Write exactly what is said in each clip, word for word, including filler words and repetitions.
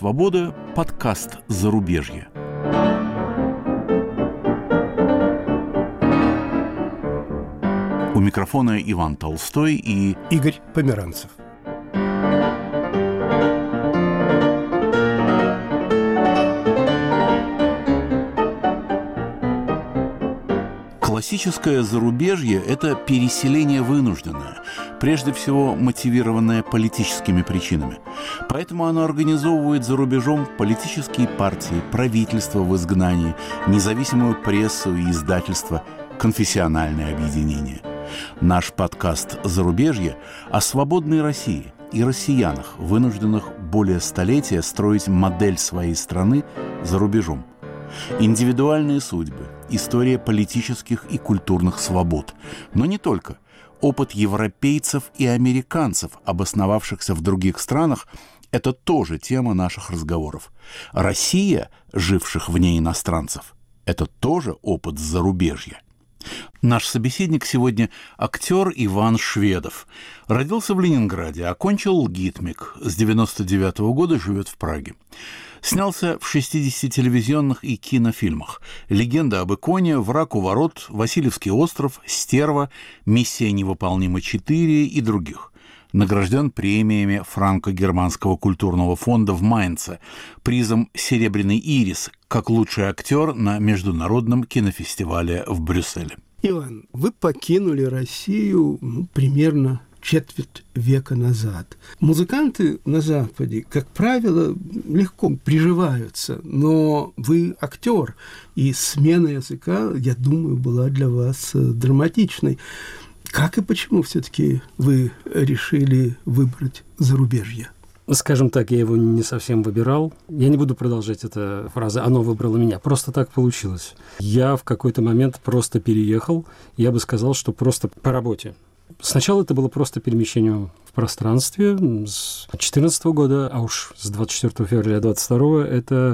свобода» – подкаст «Зарубежье». У микрофона Иван Толстой и Игорь Померанцев. Классическое зарубежье – это переселение вынужденное, прежде всего мотивированное политическими причинами. Поэтому оно организовывает за рубежом политические партии, правительства в изгнании, независимую прессу и издательство, конфессиональные объединения. Наш подкаст «Зарубежье» о свободной России и россиянах, вынужденных более столетия строить модель своей страны за рубежом. Индивидуальные судьбы, история политических и культурных свобод. Но не только. Опыт европейцев и американцев, обосновавшихся в других странах, это тоже тема наших разговоров. Россия, живших вне иностранцев, это тоже опыт зарубежья. Наш собеседник сегодня актер Иван Шведов. Родился в Ленинграде, окончил ЛГИТМИК. С девяносто девятого года живет в Праге. Снялся в шестидесяти телевизионных и кинофильмах: «Легенда об Иконе», «Враг у ворот», «Васильевский остров», «Стерва», «Миссия невыполнима четыре» и других. Награжден премиями Франко-германского культурного фонда в Майнце, призом «Серебряный ирис» как лучший актер на международном кинофестивале в Брюсселе. Иван, вы покинули Россию ну, примерно четверть века назад. Музыканты на Западе, как правило, легко приживаются, но вы актер, и смена языка, я думаю, была для вас драматичной. Как и почему все-таки вы решили выбрать зарубежье? Скажем так, я его не совсем выбирал. Я не буду продолжать эту фразу «оно выбрало меня». Просто так получилось. Я в какой-то момент просто переехал. Я бы сказал, что просто по работе. Сначала это было просто перемещение в пространстве. С две тысячи четырнадцатого года, а уж с двадцать четвёртого февраля двадцать второго это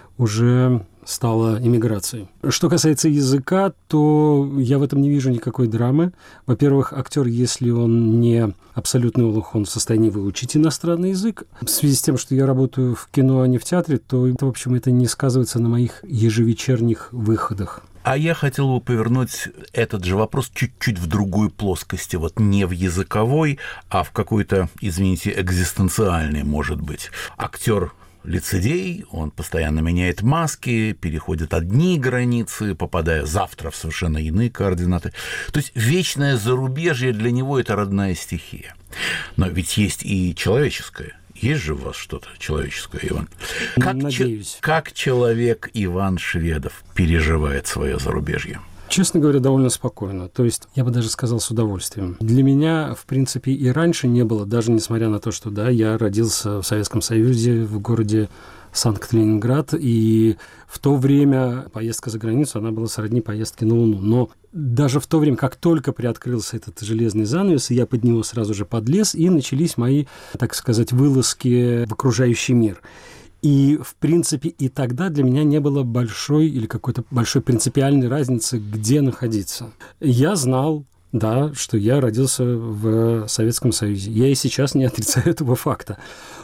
уже стало иммиграцией. Что касается языка, то я в этом не вижу никакой драмы. Во-первых, актер, если он не абсолютный олух, он в состоянии выучить иностранный язык. В связи с тем, что я работаю в кино, а не в театре, то, в общем, это не сказывается на моих ежевечерних выходах. А я хотел бы повернуть этот же вопрос чуть-чуть в другую плоскость, вот не в языковой, а в какой-то, извините, экзистенциальный, может быть. Актер лицедей, он постоянно меняет маски, переходит одни границы, попадая завтра в совершенно иные координаты. То есть вечное зарубежье для него – это родная стихия. Но ведь есть и человеческое. Есть же у вас что-то человеческое, Иван? Как Надеюсь. Ч- как человек Иван Шведов переживает свое зарубежье? Честно говоря, довольно спокойно. То есть, я бы даже сказал, с удовольствием. Для меня, в принципе, и раньше не было, даже несмотря на то, что, да, я родился в Советском Союзе, в городе Санкт-Ленинград, и в то время поездка за границу, она была сродни поездке на Луну. Но даже в то время, как только приоткрылся этот железный занавес, я под него сразу же подлез, и начались мои, так сказать, вылазки в окружающий мир. И, в принципе, и тогда для меня не было большой или какой-то большой принципиальной разницы, где находиться. Я знал, да, что я родился в Советском Союзе. Я и сейчас не отрицаю этого факта.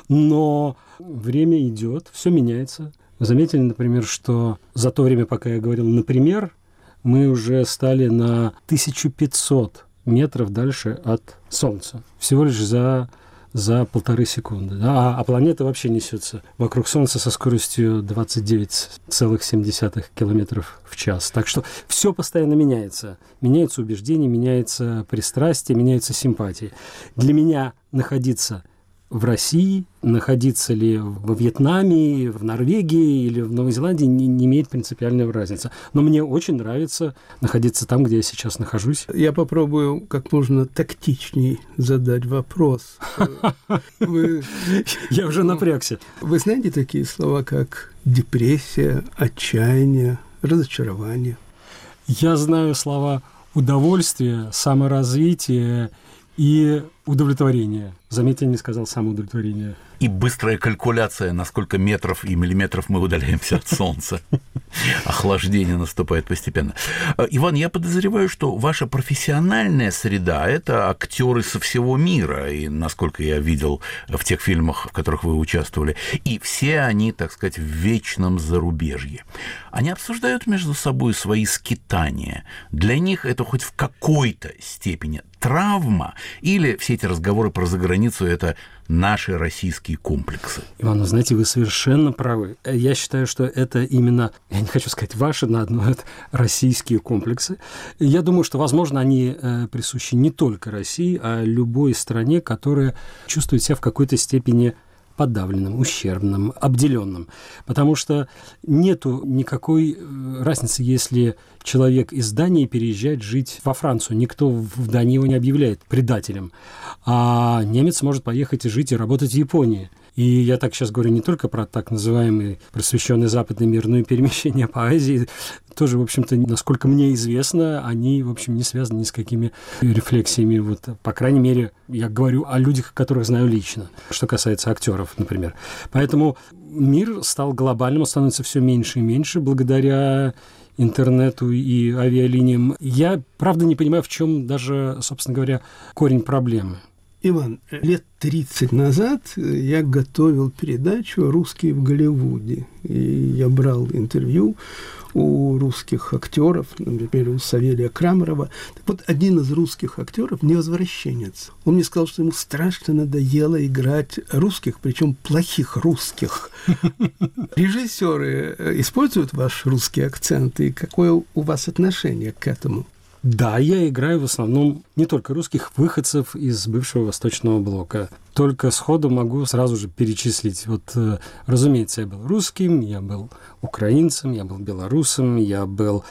Но время идет, все меняется. Вы заметили, например, что за то время, пока я говорил «например», мы уже стали на тысячу пятьсот метров дальше от Солнца. Всего лишь за... за полторы секунды. Да? А планета вообще несется вокруг Солнца со скоростью двадцать девять целых семь десятых километров в час. Так что все постоянно меняется. Меняются убеждения, меняются пристрастия, меняются симпатии. Для меня находиться в России, находиться ли во Вьетнаме, в Норвегии или в Новой Зеландии не, не имеет принципиальной разницы. Но мне очень нравится находиться там, где я сейчас нахожусь. Я попробую как можно тактичней задать вопрос. Я уже напрягся. Вы знаете такие слова, как депрессия, отчаяние, разочарование? Я знаю слова удовольствие, саморазвитие и удовлетворение. Заметьте, я не сказал самоудовлетворение. И быстрая калькуляция, на сколько метров и миллиметров мы удаляемся от Солнца. Охлаждение наступает постепенно. Иван, я подозреваю, что ваша профессиональная среда – это актеры со всего мира, и, насколько я видел в тех фильмах, в которых вы участвовали, и все они, так сказать, в вечном зарубежье. Они обсуждают между собой свои скитания. Для них это хоть в какой-то степени травма, или все эти разговоры про заграницу – это наши российские комплексы? Иван, вы знаете, вы совершенно правы. Я считаю, что это именно, я не хочу сказать ваши, но это российские комплексы. Я думаю, что, возможно, они присущи не только России, а любой стране, которая чувствует себя в какой-то степени подавленным, ущербным, обделенным. Потому что нету никакой разницы, если человек из Дании переезжает жить во Францию. Никто в Дании его не объявляет предателем. А немец может поехать и жить и работать в Японии. И я так сейчас говорю не только про так называемый просвещенный западный мир, но и перемещение по Азии. Тоже, в общем-то, насколько мне известно, они, в общем, не связаны ни с какими рефлексиями. Вот, по крайней мере, я говорю о людях, которых знаю лично, что касается актеров, например. Поэтому мир стал глобальным, он становится все меньше и меньше благодаря интернету и авиалиниям. Я, правда, не понимаю, в чем даже, собственно говоря, корень проблемы. Иван, лет тридцать назад я готовил передачу «Русские в Голливуде». И я брал интервью у русских актеров, например, у Савелия Крамарова. Так вот, один из русских актеров невозвращенец. Он мне сказал, что ему страшно надоело играть русских, причем плохих русских. Режиссеры используют ваш русский акцент, и какое у вас отношение к этому? Да, я играю в основном не только русских выходцев из бывшего Восточного блока. Только сходу могу сразу же перечислить. Вот, разумеется, я был русским, я был украинцем, я был белорусом, я был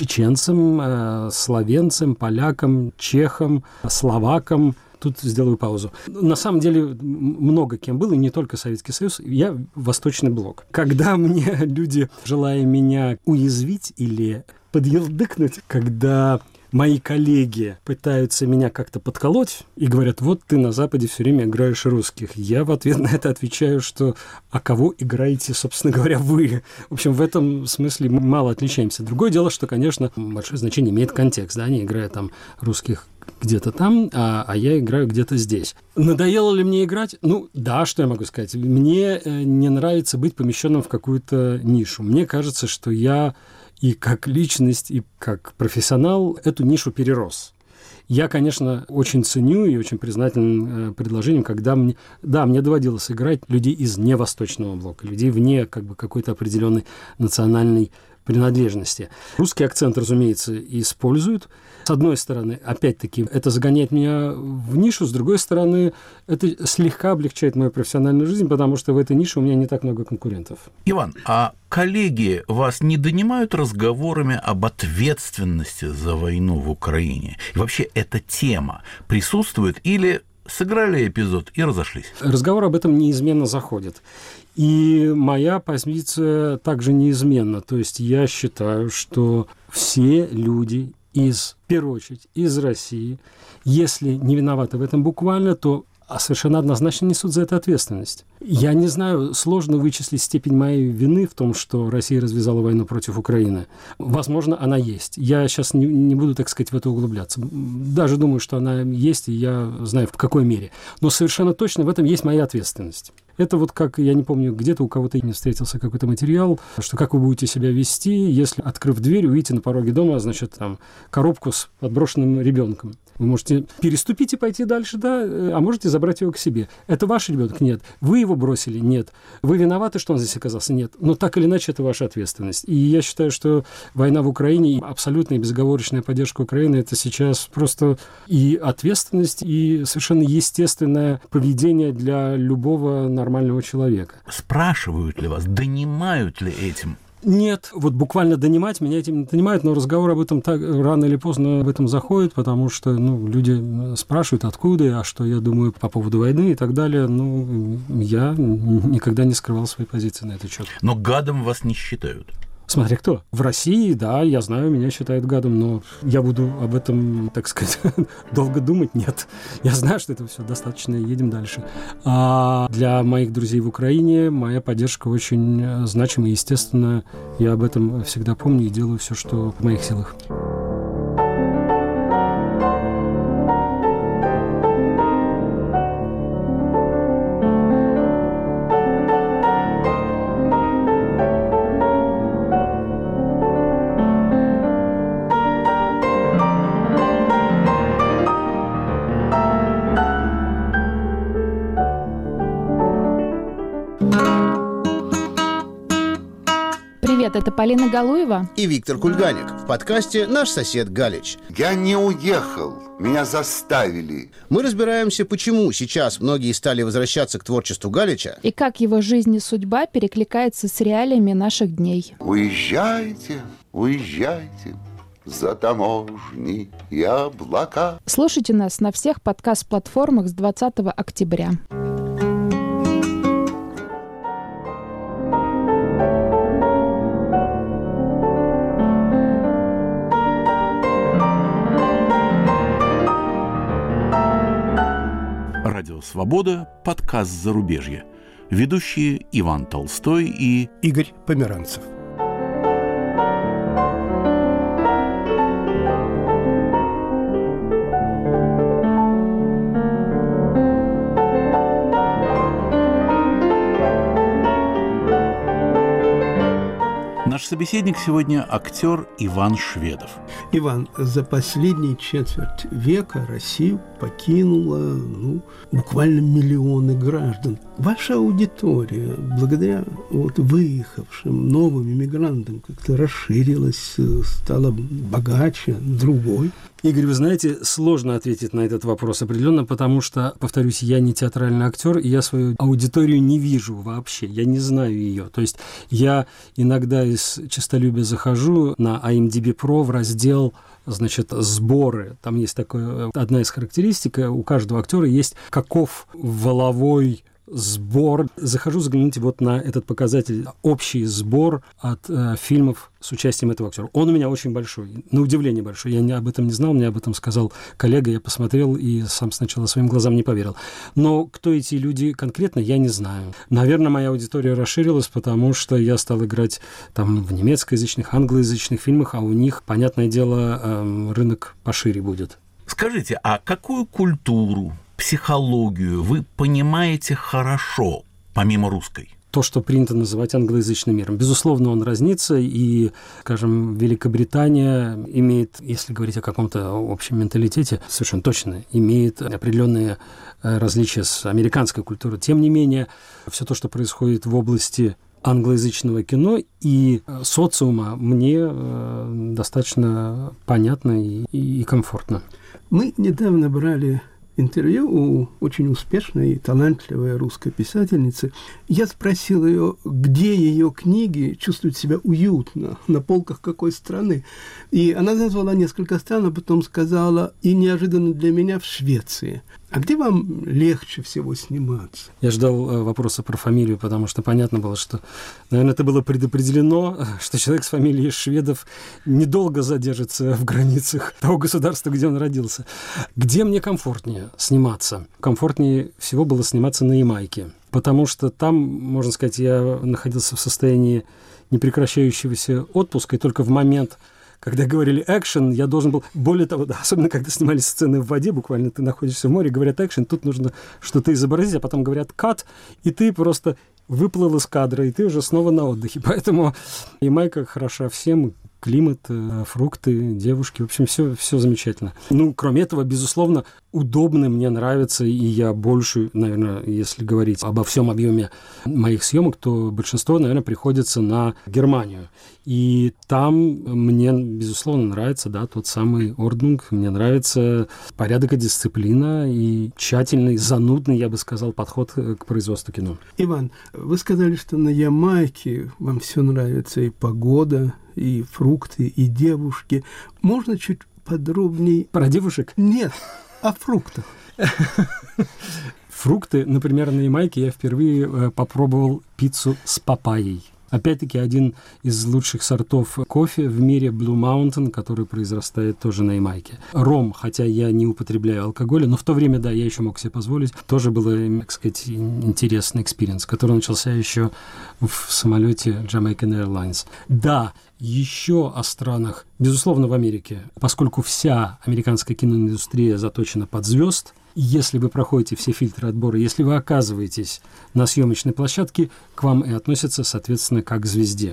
чеченцем, словенцем, поляком, чехом, словаком. Тут сделаю паузу. На самом деле много кем был, и не только Советский Союз. Я Восточный блок. Когда мне люди, желая меня уязвить или подъелдыкнуть, когда мои коллеги пытаются меня как-то подколоть и говорят, вот ты на Западе все время играешь русских. Я в ответ на это отвечаю, что а кого играете, собственно говоря, вы? В общем, в этом смысле мы мало отличаемся. Другое дело, что, конечно, большое значение имеет контекст. Да? Они играют там русских где-то там, а, а я играю где-то здесь. Надоело ли мне играть? Ну, да, что я могу сказать? Мне не нравится быть помещенным в какую-то нишу. Мне кажется, что я и как личность, и как профессионал эту нишу перерос. Я, конечно, очень ценю и очень признателен предложениям, когда мне, да, мне доводилось играть людей из невосточного блока, людей вне как бы какой-то определенной национальной принадлежности. Русский акцент, разумеется, используют. С одной стороны, опять-таки, это загоняет меня в нишу, с другой стороны, это слегка облегчает мою профессиональную жизнь, потому что в этой нише у меня не так много конкурентов. Иван, а коллеги вас не донимают разговорами об ответственности за войну в Украине? И вообще эта тема присутствует или сыграли эпизод и разошлись? Разговор об этом неизменно заходит. И моя позиция также неизменна. То есть я считаю, что все люди из, в первую очередь, из России, если не виноваты в этом буквально, то совершенно однозначно несут за это ответственность. Я не знаю, сложно вычислить степень моей вины в том, что Россия развязала войну против Украины. Возможно, она есть. Я сейчас не, не буду, так сказать, в это углубляться. Даже думаю, что она есть, и я знаю, в какой мере. Но совершенно точно в этом есть моя ответственность. Это вот как, я не помню, где-то у кого-то не встретился какой-то материал, что как вы будете себя вести, если, открыв дверь, увидите на пороге дома, значит, там, коробку с подброшенным ребенком. Вы можете переступить и пойти дальше, да, а можете забрать его к себе. Это ваш ребенок? Нет. Вы его бросили? Нет. Вы виноваты, что он здесь оказался? Нет. Но так или иначе, это ваша ответственность. И я считаю, что война в Украине и абсолютная безоговорочная поддержка Украины – это сейчас просто и ответственность, и совершенно естественное поведение для любого нормального человека. Спрашивают ли вас, донимают ли этим? Нет, вот буквально донимать меня этим не донимают, но разговор об этом так рано или поздно об этом заходит, потому что ну, люди спрашивают, откуда, а что я думаю по поводу войны и так далее. Ну, я никогда не скрывал своей позиции на этот счет. Но гадом вас не считают? Смотря кто. В России, да, я знаю, меня считают гадом, но я буду об этом, так сказать, долго думать? Нет. Я знаю, что это все достаточно, едем дальше. А для моих друзей в Украине моя поддержка очень значима, и, естественно, я об этом всегда помню и делаю все, что в моих силах. Привет, это Полина Галуева и Виктор Кульганик в подкасте «Наш сосед Галич». Я не уехал, меня заставили. Мы разбираемся, почему сейчас многие стали возвращаться к творчеству Галича и как его жизнь и судьба перекликается с реалиями наших дней. Уезжайте, уезжайте за таможни и облака. Слушайте нас на всех подкаст-платформах с двадцатого октября. Радио «Свобода», подкаст «Зарубежье». Ведущие Иван Толстой и Игорь Померанцев. Наш собеседник сегодня актер Иван Шведов. Иван, за последние четверть века Россию покинуло ну, буквально миллионы граждан. Ваша аудитория, благодаря вот, выехавшим новым иммигрантам, как-то расширилась, стала богаче, другой. Игорь, вы знаете, сложно ответить на этот вопрос определенно, потому что, повторюсь, я не театральный актер, и я свою аудиторию не вижу вообще, я не знаю ее. То есть я иногда из честолюбия захожу на ай эм ди би про в раздел, значит, сборы. Там есть такая одна из характеристик, у каждого актера есть каков валовой сбор. Захожу, загляните вот на этот показатель. Общий сбор от э, фильмов с участием этого актера. Он у меня очень большой, на удивление большой. Я не, об этом не знал, мне об этом сказал коллега, я посмотрел и сам сначала своим глазам не поверил. Но кто эти люди конкретно, я не знаю. Наверное, моя аудитория расширилась, потому что я стал играть там в немецкоязычных, англоязычных фильмах, а у них, понятное дело, э, рынок пошире будет. Скажите, а какую культуру, психологию вы понимаете хорошо, помимо русской? То, что принято называть англоязычным миром. Безусловно, он разнится, и, скажем, Великобритания имеет, если говорить о каком-то общем менталитете, совершенно точно имеет определенные различия с американской культурой. Тем не менее, все то, что происходит в области англоязычного кино и социума, мне достаточно понятно и, и комфортно. Мы недавно брали интервью у очень успешной и талантливой русской писательницы. Я спросил ее, где ее книги чувствуют себя уютно, на полках какой страны. И она назвала несколько стран, а потом сказала, и неожиданно для меня, в Швеции. А где вам легче всего сниматься? Я ждал вопроса про фамилию, потому что понятно было, что, наверное, это было предопределено, что человек с фамилией Шведов недолго задержится в границах того государства, где он родился. Где мне комфортнее сниматься? Комфортнее всего было сниматься на Ямайке, потому что там, можно сказать, я находился в состоянии непрекращающегося отпуска, и только в момент, когда говорили «экшен», я должен был... Более того, да, особенно когда снимались сцены в воде, буквально ты находишься в море, говорят «экшен», тут нужно что-то изобразить, а потом говорят «кат», и ты просто выплыл из кадра, и ты уже снова на отдыхе. Поэтому Ямайка хороша всем, климат, фрукты, девушки, в общем, все, все замечательно. Ну, кроме этого, безусловно, удобно, мне нравится, и я больше, наверное, если говорить обо всем объеме моих съемок, то большинство, наверное, приходится на Германию. И там мне, безусловно, нравится, да, тот самый Орднунг, мне нравится порядок и дисциплина, и тщательный, занудный, я бы сказал, подход к производству кино. Иван, вы сказали, что на Ямайке вам все нравится, и погода, и фрукты, и девушки. Можно чуть подробнее? Про девушек? Нет, о фруктах. Фрукты, например, на Ямайке я впервые попробовал пиццу с папайей. Опять-таки, один из лучших сортов кофе в мире Blue Mountain, который произрастает тоже на Ямайке. Ром, хотя я не употребляю алкоголя, но в то время, да, я еще мог себе позволить. Тоже был, так сказать, интересный экспириенс, который начался еще в самолете Jamaican Airlines. Да, еще о странах, безусловно, в Америке, поскольку вся американская киноиндустрия заточена под звезд, если вы проходите все фильтры отбора, если вы оказываетесь на съемочной площадке, к вам и относятся, соответственно, как к звезде.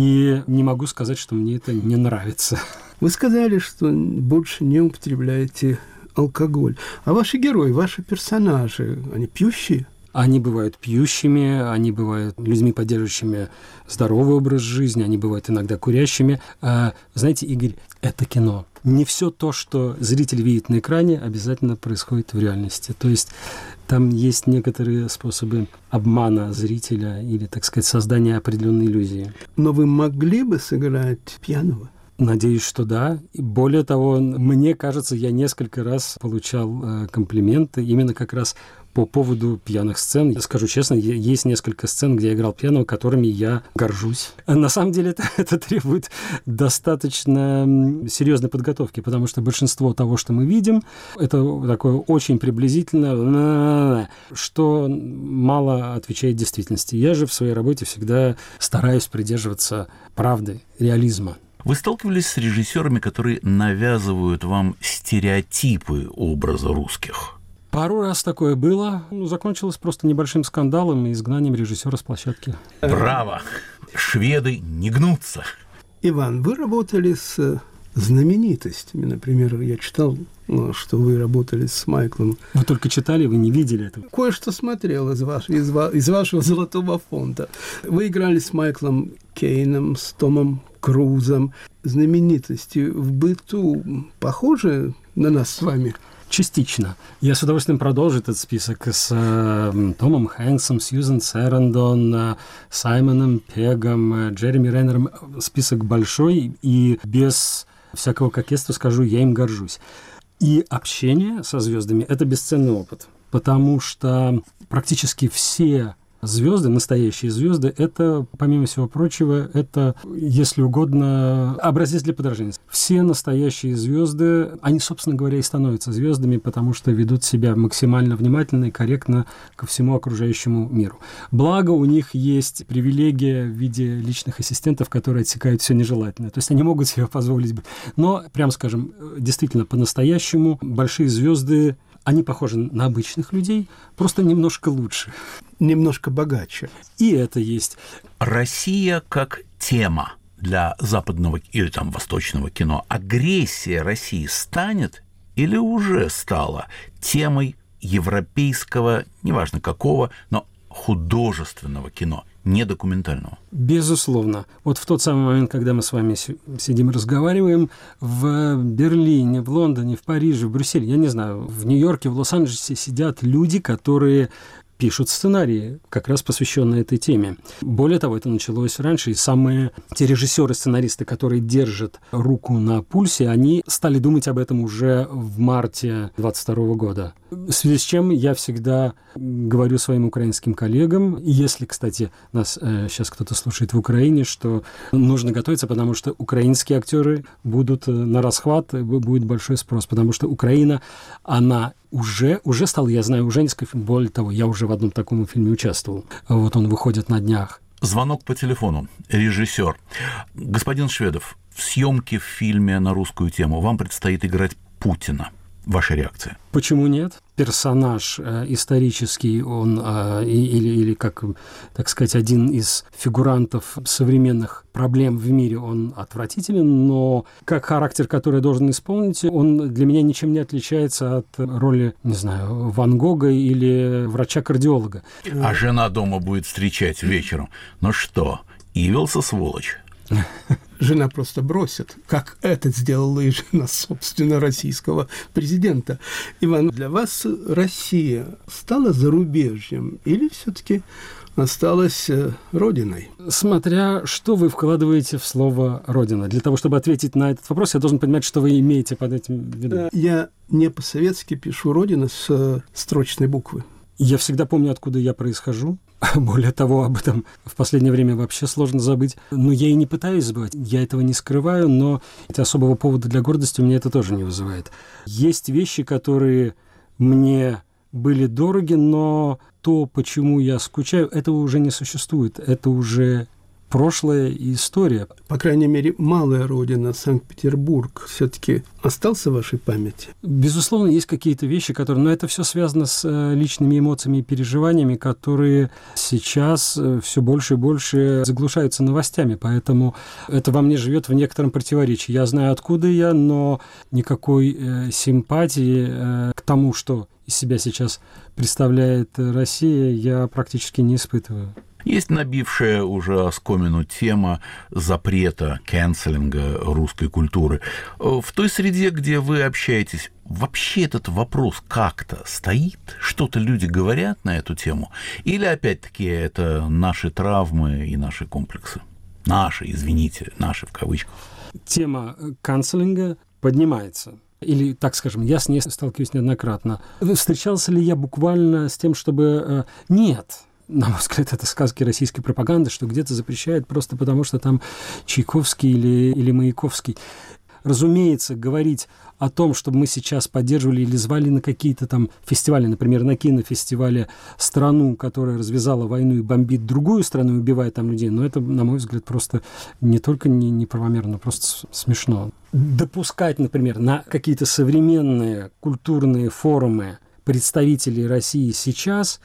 И не могу сказать, что мне это не нравится. Вы сказали, что больше не употребляете алкоголь. А ваши герои, ваши персонажи, они пьющие? Они бывают пьющими, они бывают людьми, поддерживающими здоровый образ жизни, они бывают иногда курящими. А, знаете, Игорь, это кино. Не все то, что зритель видит на экране, обязательно происходит в реальности. То есть там есть некоторые способы обмана зрителя или, так сказать, создания определенной иллюзии. Но вы могли бы сыграть пьяного? Надеюсь, что да. И более того, мне кажется, я несколько раз получал э, комплименты именно как раз по поводу пьяных сцен. Я скажу честно, есть несколько сцен, где я играл пьяного, которыми я горжусь. На самом деле это, это требует достаточно серьезной подготовки, потому что большинство того, что мы видим, это такое очень приблизительно, что мало отвечает действительности. Я же в своей работе всегда стараюсь придерживаться правды, реализма. Вы сталкивались с режиссерами, которые навязывают вам стереотипы образа русских? Пару раз такое было. Ну, закончилось просто небольшим скандалом и изгнанием режиссера с площадки. Браво! Шведы не гнутся. Иван, вы работали с знаменитостями. Например, я читал, что вы работали с Майклом. Вы только читали, вы не видели этого. Кое-что смотрел из, ваш, из, из вашего золотого фонда. Вы играли с Майклом Кейном, с Томом Крузом. Знаменитости в быту похожи на нас с вами? Частично. Я с удовольствием продолжу этот список с э, Томом Хэнксом, Сьюзен Сэрандон, э, Саймоном Пегом, э, Джереми Реннером. Список большой, и без всякого кокетства скажу, я им горжусь. И общение со звездами – это бесценный опыт, потому что практически все звезды, настоящие звезды, это, помимо всего прочего, это, если угодно, образец для подражания. Все настоящие звезды, они, собственно говоря, и становятся звездами, потому что ведут себя максимально внимательно и корректно ко всему окружающему миру. Благо, у них есть привилегия в виде личных ассистентов, которые отсекают все нежелательное. То есть они могут себе позволить бы. Но, прям скажем, действительно, по-настоящему большие звезды, они похожи на обычных людей, просто немножко лучше. Немножко богаче. И это есть. Россия как тема для западного или там восточного кино. Агрессия России станет или уже стала темой европейского, неважно какого, но художественного кино, не документального? Безусловно. Вот в тот самый момент, когда мы с вами сидим и разговариваем, в Берлине, в Лондоне, в Париже, в Брюсселе, я не знаю, в Нью-Йорке, в Лос-Анджелесе сидят люди, которые пишут сценарии, как раз посвященные этой теме. Более того, это началось раньше, и самые те режиссеры, сценаристы, которые держат руку на пульсе, они стали думать об этом уже в марте двадцать второго года. В связи с чем я всегда говорю своим украинским коллегам, если, кстати, нас э, сейчас кто-то слушает в Украине, что нужно готовиться, потому что украинские актеры будут на расхват, будет большой спрос, потому что Украина, она уже, уже стала, я знаю, уже несколько фильмов, более того, я уже в одном таком фильме участвовал. Вот он выходит на днях. Звонок по телефону. Режиссер. Господин Шведов, в съемке в фильме на русскую тему вам предстоит играть Путина. Ваша реакция? Почему нет? Персонаж э, исторический, он э, или, или, как, так сказать, один из фигурантов современных проблем в мире, он отвратителен, но как характер, который я должен исполнить, он для меня ничем не отличается от роли, не знаю, Ван Гога или врача-кардиолога. А жена дома будет встречать вечером. Ну что, явился сволочь? Жена просто бросит, как это сделала и жена, собственно, российского президента. Иван, для вас Россия стала зарубежьем или все-таки осталась родиной? Смотря что вы вкладываете в слово «родина». Для того, чтобы ответить на этот вопрос, я должен понимать, что вы имеете под этим в виду. Я не по-советски пишу «родина» с строчной буквы. Я всегда помню, откуда я происхожу. Более того, об этом в последнее время вообще сложно забыть. Но я и не пытаюсь забывать, я этого не скрываю, но особого повода для гордости у меня это тоже не вызывает. Есть вещи, которые мне были дороги, но то, почему я скучаю, этого уже не существует. Это уже прошлая история. По крайней мере, малая родина, Санкт-Петербург, все-таки остался в вашей памяти? Безусловно, есть какие-то вещи, которые... Но это все связано с личными эмоциями и переживаниями, которые сейчас все больше и больше заглушаются новостями. Поэтому это во мне живет в некотором противоречии. Я знаю, откуда я, но никакой э, симпатии э, к тому, что из себя сейчас представляет Россия, я практически не испытываю. Есть набившая уже оскомину тема запрета, канцелинга русской культуры. В той среде, где вы общаетесь, вообще этот вопрос как-то стоит? Что-то люди говорят на эту тему? Или, опять-таки, это наши травмы и наши комплексы? Наши, извините, наши в кавычках. Тема канцелинга поднимается. Или, так скажем, я с ней сталкиваюсь неоднократно. Встречался ли я буквально с тем, чтобы... Нет. На мой взгляд, это сказки российской пропаганды, что где-то запрещают просто потому, что там Чайковский или, или Маяковский. Разумеется, говорить о том, чтобы мы сейчас поддерживали или звали на какие-то там фестивали, например, на кинофестивале страну, которая развязала войну и бомбит другую страну, убивая там людей, но это, на мой взгляд, просто не только не, неправомерно, но просто смешно. Допускать, например, на какие-то современные культурные форумы представителей России сейчас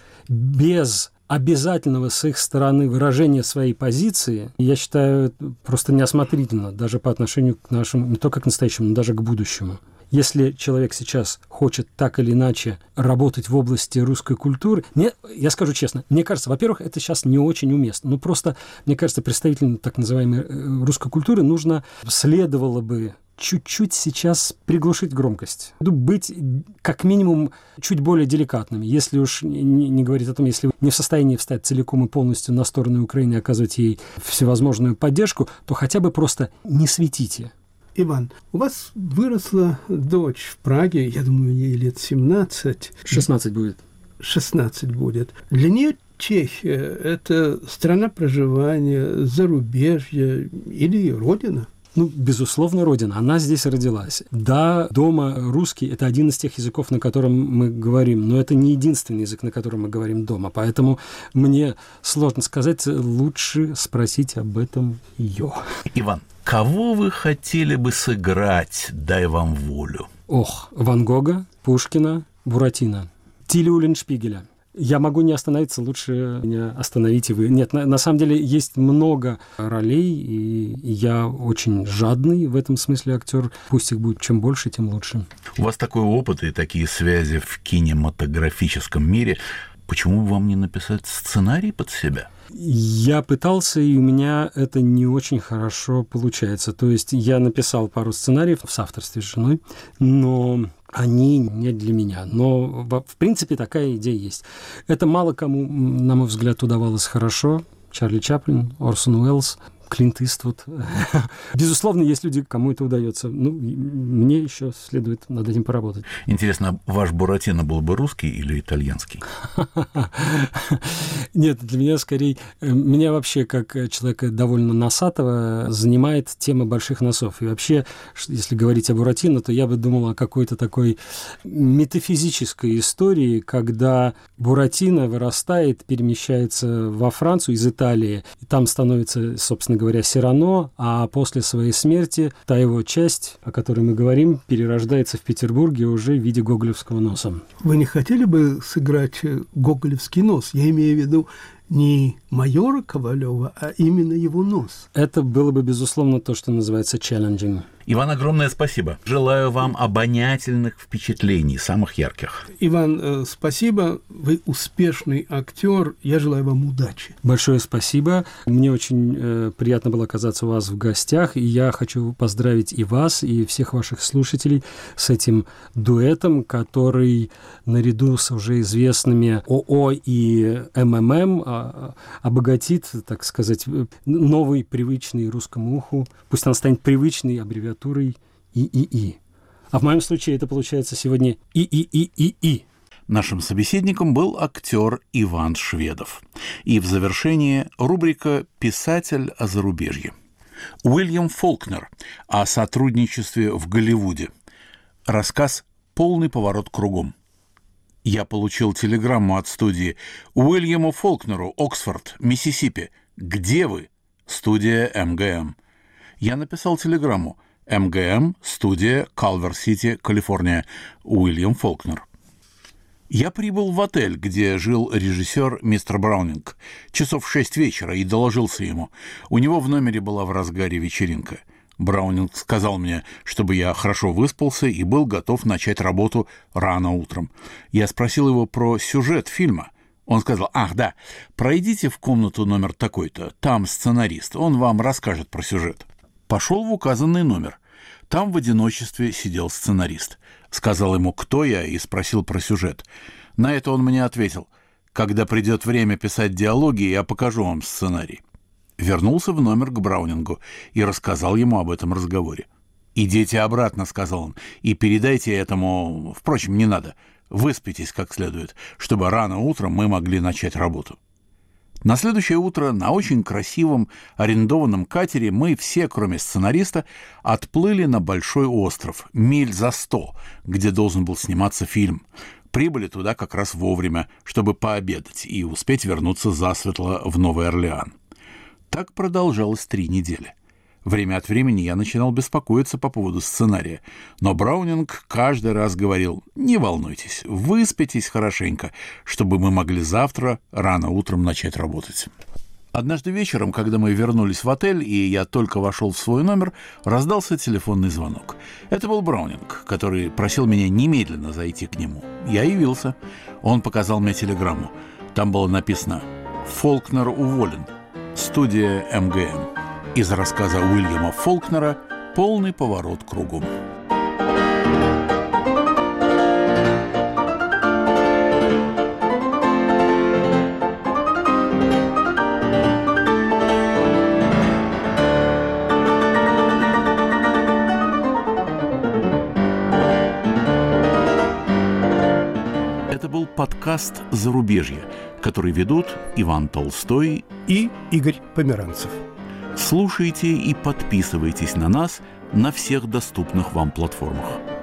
без обязательного с их стороны выражения своей позиции, я считаю, просто неосмотрительно даже по отношению к нашему, не только к настоящему, но даже к будущему. Если человек сейчас хочет так или иначе работать в области русской культуры, мне, я скажу честно, мне кажется, во-первых, это сейчас не очень уместно. Ну, просто, мне кажется, представителям так называемой русской культуры нужно, следовало бы чуть-чуть сейчас приглушить громкость. Быть, как минимум, чуть более деликатными. Если уж не, не говорить о том, если вы не в состоянии встать целиком и полностью на сторону Украины и оказывать ей всевозможную поддержку, то хотя бы просто не светите. Иван, у вас выросла дочь в Праге, я думаю, ей лет семнадцать. шестнадцать будет. шестнадцать будет. Для нее Чехия – это страна проживания, зарубежье или родина? Ну, безусловно, родина. Она здесь родилась. Да, дома русский – это один из тех языков, на котором мы говорим, но это не единственный язык, на котором мы говорим дома. Поэтому мне сложно сказать, лучше спросить об этом ее. Иван, кого вы хотели бы сыграть, дай вам волю? Ох, Ван Гога, Пушкина, Буратино, Тиля Уллиншпигеля. Я могу не остановиться, лучше меня остановите вы. Нет, на, на самом деле есть много ролей, и я очень жадный в этом смысле актер. Пусть их будет чем больше, тем лучше. У вас такой опыт и такие связи в кинематографическом мире. Почему бы вам не написать сценарий под себя? Я пытался, и у меня это не очень хорошо получается. То есть я написал пару сценариев в соавторстве с женой, но они не для меня. Но, в принципе, такая идея есть. Это мало кому, на мой взгляд, удавалось хорошо. Чарли Чаплин, Орсон Уэллс, Клинт Иствуд. Безусловно, есть люди, кому это удается. Ну, мне еще следует над этим поработать. Интересно, ваш Буратино был бы русский или итальянский? Нет, для меня скорее... Меня вообще, как человека довольно носатого, занимает тема больших носов. И вообще, если говорить о Буратино, то я бы думал о какой-то такой метафизической истории, когда Буратино вырастает, перемещается во Францию из Италии, и там становится, собственно говоря, Сирано, а после своей смерти та его часть, о которой мы говорим, перерождается в Петербурге уже в виде гоголевского носа. Вы не хотели бы сыграть гоголевский нос? Я имею в виду не майора Ковалева, а именно его нос. Это было бы, безусловно, то, что называется challenging. Иван, огромное спасибо. Желаю вам обонятельных впечатлений, самых ярких. Иван, э, спасибо. Вы успешный актер. Я желаю вам удачи. Большое спасибо. Мне очень э, приятно было оказаться у вас в гостях. И я хочу поздравить и вас, и всех ваших слушателей с этим дуэтом, который наряду с уже известными ОО и МММ а, обогатит, так сказать, новый, привычный русскому уху. Пусть он станет привычной аббревиатурой ИИИ. А в моем случае это получается сегодня ИИИИИ. Нашим собеседником был актер Иван Шведов. И в завершение рубрика «Писатель о зарубежье». Уильям Фолкнер о сотрудничестве в Голливуде. Рассказ «Полный поворот кругом». Я получил телеграмму от студии: Уильяму Фолкнеру, Оксфорд, Миссисипи. Где вы? Студия эм гэ эм. Я написал телеграмму: эм гэ эм, студия, Калвер-Сити, Калифорния. Уильям Фолкнер. Я прибыл в отель, где жил режиссер мистер Браунинг, часов в шесть вечера, и доложился ему. У него в номере была в разгаре вечеринка. Браунинг сказал мне, чтобы я хорошо выспался и был готов начать работу рано утром. Я спросил его про сюжет фильма. Он сказал: «Ах, да, пройдите в комнату номер такой-то, там сценарист, он вам расскажет про сюжет». Пошел в указанный номер. Там в одиночестве сидел сценарист. Сказал ему, кто я, и спросил про сюжет. На это он мне ответил: «Когда придет время писать диалоги, я покажу вам сценарий». Вернулся в номер к Браунингу и рассказал ему об этом разговоре. «Идите обратно», — сказал он, — «и передайте этому... Впрочем, не надо. Выспитесь как следует, чтобы рано утром мы могли начать работу». На следующее утро на очень красивом арендованном катере мы все, кроме сценариста, отплыли на большой остров, миль за сто, где должен был сниматься фильм. Прибыли туда как раз вовремя, чтобы пообедать и успеть вернуться засветло в Новый Орлеан. Так продолжалось три недели. Время от времени я начинал беспокоиться по поводу сценария, но Браунинг каждый раз говорил: «Не волнуйтесь, выспитесь хорошенько, чтобы мы могли завтра рано утром начать работать». Однажды вечером, когда мы вернулись в отель, и я только вошел в свой номер, раздался телефонный звонок. Это был Браунинг, который просил меня немедленно зайти к нему. Я явился. Он показал мне телеграмму. Там было написано: «Фолкнер уволен. Студия эм гэ эм». Из рассказа Уильяма Фолкнера «Полный поворот кругом». Это был подкаст «Зарубежье», который ведут Иван Толстой и Игорь Померанцев. Слушайте и подписывайтесь на нас на всех доступных вам платформах.